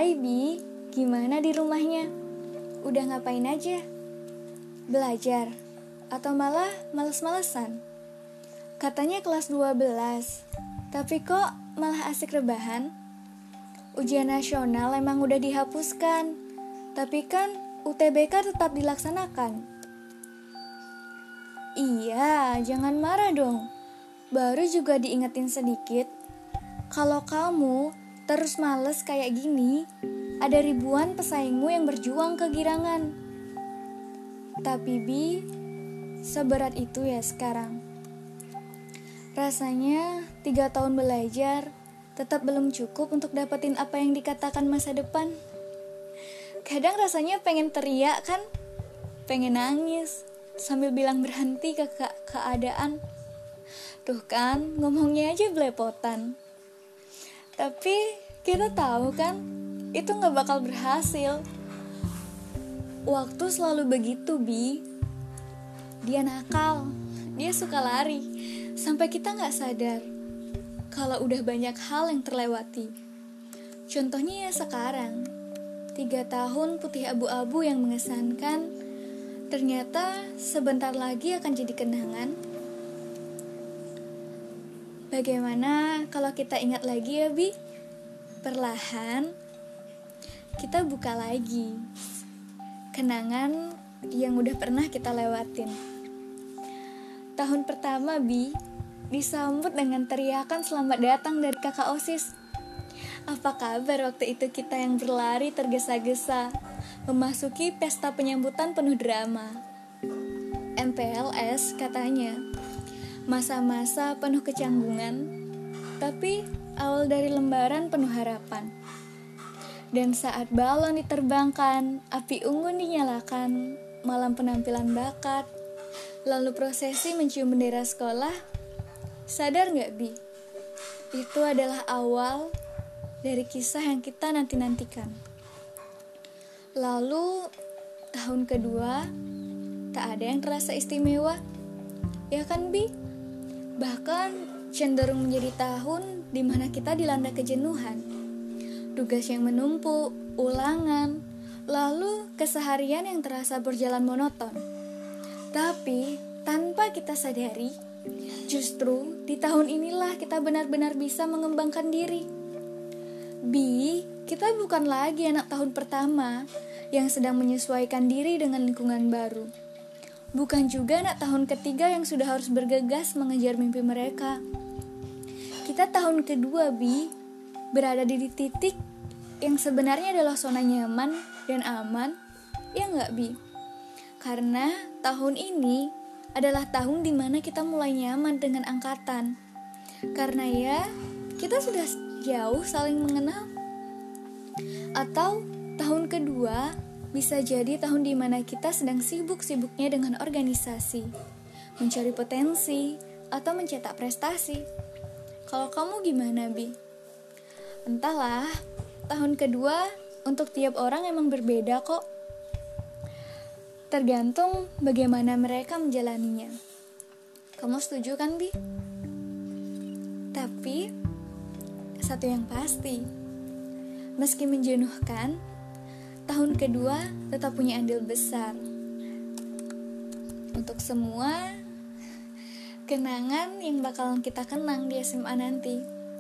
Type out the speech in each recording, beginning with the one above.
Hai Bi, gimana di rumahnya? Udah ngapain aja? Belajar? Atau malah males-malesan? Katanya kelas 12, tapi kok malah asik rebahan? Ujian nasional emang udah dihapuskan, tapi kan UTBK tetap dilaksanakan. Iya, jangan marah dong. Baru juga diingetin sedikit. Kalau kamu terus males kayak gini, ada ribuan pesaingmu yang berjuang kegirangan. Tapi Bi, seberat itu ya sekarang. Rasanya 3 tahun belajar tetap belum cukup untuk dapetin apa yang dikatakan masa depan. Kadang rasanya pengen teriak kan, pengen nangis sambil bilang berhenti ke keadaan. Tuh kan, ngomongnya aja belepotan. Tapi kita tahu kan, itu gak bakal berhasil. Waktu selalu begitu, Bi. Dia nakal, dia suka lari, sampai kita gak sadar kalau udah banyak hal yang terlewati. Contohnya ya sekarang, 3 tahun putih abu-abu yang mengesankan, ternyata sebentar lagi akan jadi kenangan. Bagaimana kalau kita ingat lagi ya Bi? Perlahan kita buka lagi kenangan yang udah pernah kita lewatin. Tahun pertama Bi disambut dengan teriakan selamat datang dari kakak OSIS. Apa kabar waktu itu kita yang berlari tergesa-gesa memasuki pesta penyambutan penuh drama. MPLS katanya masa-masa penuh kecanggungan, tapi awal dari lembaran penuh harapan. Dan saat balon diterbangkan, api unggun dinyalakan, malam penampilan bakat, lalu prosesi mencium bendera sekolah, sadar gak Bi? Itu adalah awal dari kisah yang kita nanti-nantikan. Lalu tahun kedua tak ada yang terasa istimewa, ya kan Bi? Bahkan cenderung menjadi tahun di mana kita dilanda kejenuhan, tugas yang menumpuk, ulangan, lalu keseharian yang terasa berjalan monoton. Tapi tanpa kita sadari, justru di tahun inilah kita benar-benar bisa mengembangkan diri. Bi, kita bukan lagi anak tahun pertama yang sedang menyesuaikan diri dengan lingkungan baru. Bukan juga anak tahun ketiga yang sudah harus bergegas mengejar mimpi mereka. Kita tahun kedua, Bi, berada di titik yang sebenarnya adalah zona nyaman dan aman, ya nggak Bi? Karena tahun ini adalah tahun dimana kita mulai nyaman dengan angkatan. Karena ya, kita sudah jauh saling mengenal. Atau tahun kedua bisa jadi tahun dimana kita sedang sibuk-sibuknya dengan organisasi, mencari potensi, atau mencetak prestasi. Kalau kamu gimana Bi? Entahlah, tahun kedua untuk tiap orang emang berbeda kok. Tergantung bagaimana mereka menjalaninya. Kamu setuju kan Bi? Tapi satu yang pasti, meski menjenuhkan, tahun kedua tetap punya andil besar untuk semua kenangan yang bakalan kita kenang di SMA nanti.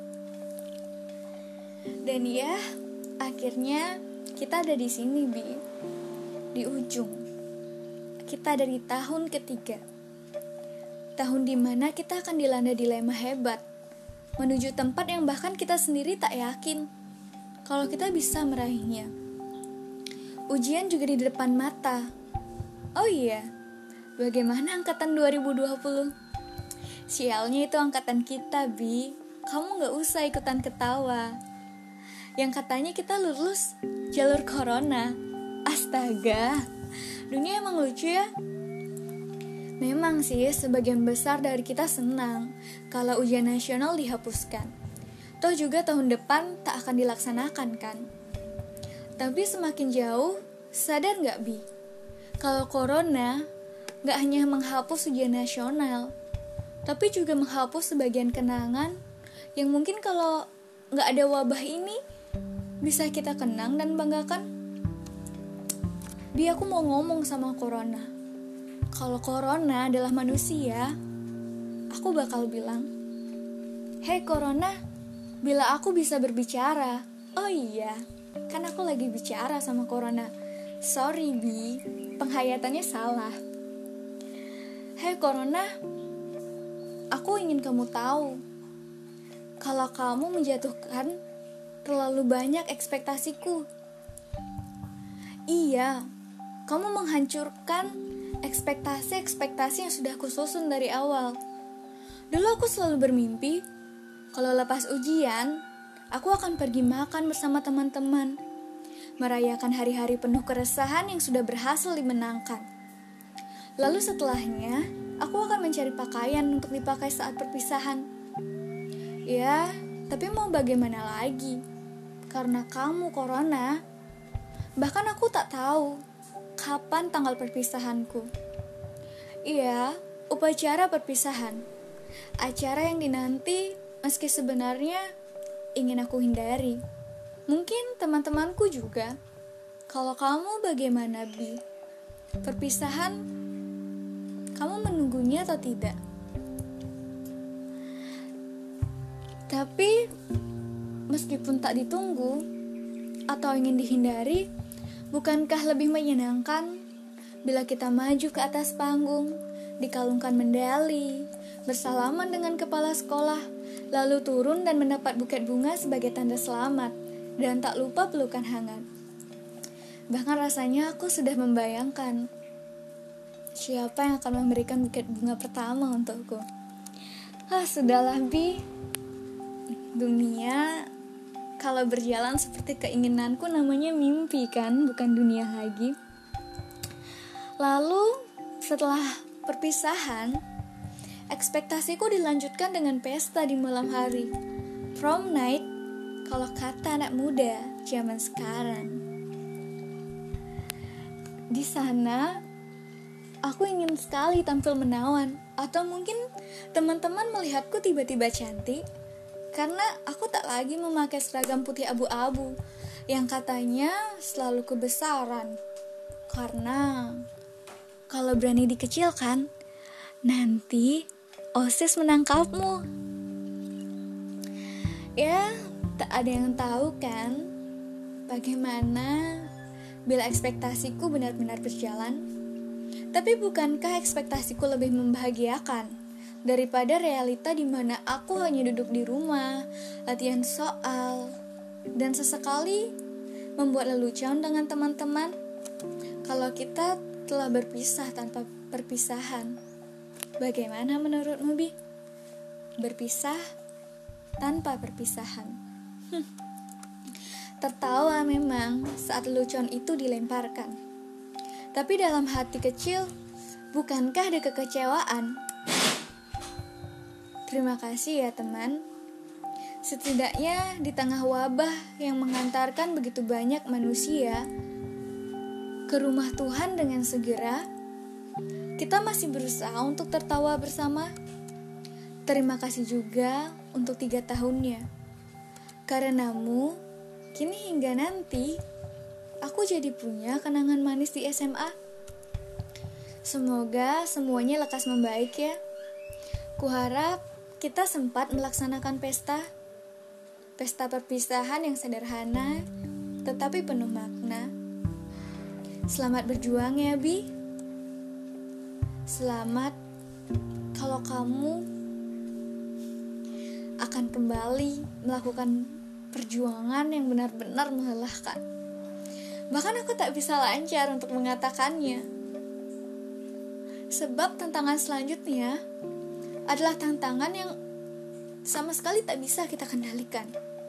Dan ya, akhirnya kita ada di sini Bi, di ujung. Kita ada di tahun ketiga, tahun dimana kita akan dilanda dilema hebat menuju tempat yang bahkan kita sendiri tak yakin kalau kita bisa meraihnya. Ujian juga di depan mata. Oh iya, bagaimana angkatan 2020? Sialnya itu angkatan kita, Bi. Kamu gak usah ikutan ketawa. Yang katanya kita lulus jalur corona. Astaga, dunia emang lucu ya. Memang sih, sebagian besar dari kita senang kalau ujian nasional dihapuskan. Toh juga tahun depan tak akan dilaksanakan kan. Tapi semakin jauh, sadar gak Bi? Kalau corona gak hanya menghapus ujian nasional, tapi juga menghapus sebagian kenangan yang mungkin kalau gak ada wabah ini, bisa kita kenang dan banggakan. Bi, aku mau ngomong sama Corona. Kalau Corona adalah manusia, aku bakal bilang, "Hei Corona, bila aku bisa berbicara." Oh iya, kan aku lagi bicara sama Corona. Sorry Bi, penghayatannya salah. "Hei Corona, aku ingin kamu tahu, kalau kamu menjatuhkan terlalu banyak ekspektasiku. Iya, kamu menghancurkan ekspektasi-ekspektasi yang sudah aku susun dari awal. Dulu aku selalu bermimpi, kalau lepas ujian, aku akan pergi makan bersama teman-teman, merayakan hari-hari penuh keresahan yang sudah berhasil dimenangkan. Lalu setelahnya, aku akan mencari pakaian untuk dipakai saat perpisahan. Ya, tapi mau bagaimana lagi? Karena kamu Corona, bahkan aku tak tahu kapan tanggal perpisahanku. Iya, upacara perpisahan. Acara yang dinanti meski sebenarnya ingin aku hindari. Mungkin teman-temanku juga. Kalau kamu bagaimana, Bi? Perpisahan, kamu menunggunya atau tidak? Tapi meskipun tak ditunggu atau ingin dihindari, bukankah lebih menyenangkan bila kita maju ke atas panggung, dikalungkan medali, bersalaman dengan kepala sekolah, lalu turun dan mendapat buket bunga sebagai tanda selamat, dan tak lupa pelukan hangat. Bahkan rasanya aku sudah membayangkan siapa yang akan memberikan buket bunga pertama untukku. Sudahlah Bi, dunia kalau berjalan seperti keinginanku namanya mimpi kan, bukan dunia lagi. Lalu setelah perpisahan, ekspektasiku dilanjutkan dengan pesta di malam hari, prom night kalau kata anak muda zaman sekarang. Di sana aku ingin sekali tampil menawan, atau mungkin teman-teman melihatku tiba-tiba cantik karena aku tak lagi memakai seragam putih abu-abu yang katanya selalu kebesaran. Karena kalau berani dikecilkan, nanti OSIS menangkapmu. Ya, tak ada yang tahu kan bagaimana bila ekspektasiku benar-benar berjalan. Tapi bukankah ekspektasiku lebih membahagiakan daripada realita di mana aku hanya duduk di rumah, latihan soal, dan sesekali membuat lelucon dengan teman-teman? Kalau kita telah berpisah tanpa perpisahan, bagaimana menurutmu, Bi? Berpisah tanpa perpisahan. Tertawa memang saat lelucon itu dilemparkan. Tapi dalam hati kecil, bukankah ada kekecewaan? Terima kasih ya teman. Setidaknya di tengah wabah yang mengantarkan begitu banyak manusia ke rumah Tuhan dengan segera, kita masih berusaha untuk tertawa bersama. Terima kasih juga untuk 3 tahunnya. Karenamu, kini hingga nanti, aku jadi punya kenangan manis di SMA. Semoga semuanya lekas membaik ya. Kuharap kita sempat melaksanakan pesta perpisahan yang sederhana tetapi penuh makna. Selamat berjuang ya Bi. Selamat kalau kamu akan kembali melakukan perjuangan yang benar-benar melelahkan. Bahkan aku tak bisa lancar untuk mengatakannya. Sebab tantangan selanjutnya adalah tantangan yang sama sekali tak bisa kita kendalikan.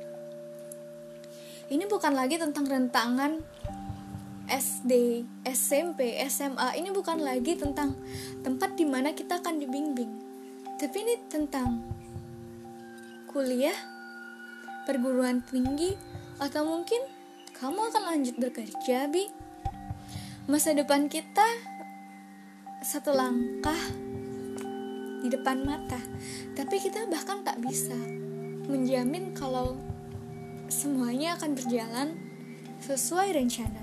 Ini bukan lagi tentang rentangan SD, SMP, SMA. Ini bukan lagi tentang tempat di mana kita akan dibimbing. Tapi ini tentang kuliah, perguruan tinggi, atau mungkin kamu akan lanjut bekerja, Bi. Masa depan kita satu langkah di depan mata, tapi kita bahkan tak bisa menjamin kalau semuanya akan berjalan sesuai rencana.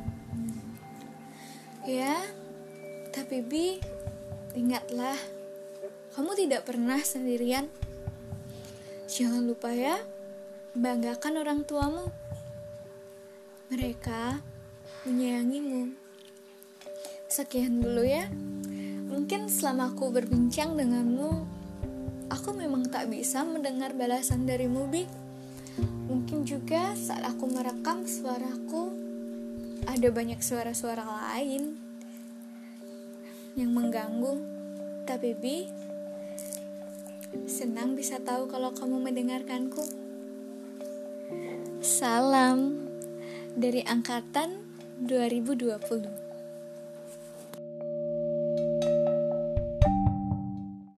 Ya, tapi Bi, ingatlah, kamu tidak pernah sendirian. Jangan lupa ya, banggakan orang tuamu. Mereka menyayangimu. Sekian dulu ya. Mungkin selama aku berbincang denganmu, aku memang tak bisa mendengar balasan darimu, Bi. Mungkin juga saat aku merekam suaraku, ada banyak suara-suara lain yang mengganggu. Tapi Bi, senang bisa tahu kalau kamu mendengarkanku. Salam dari angkatan 2020.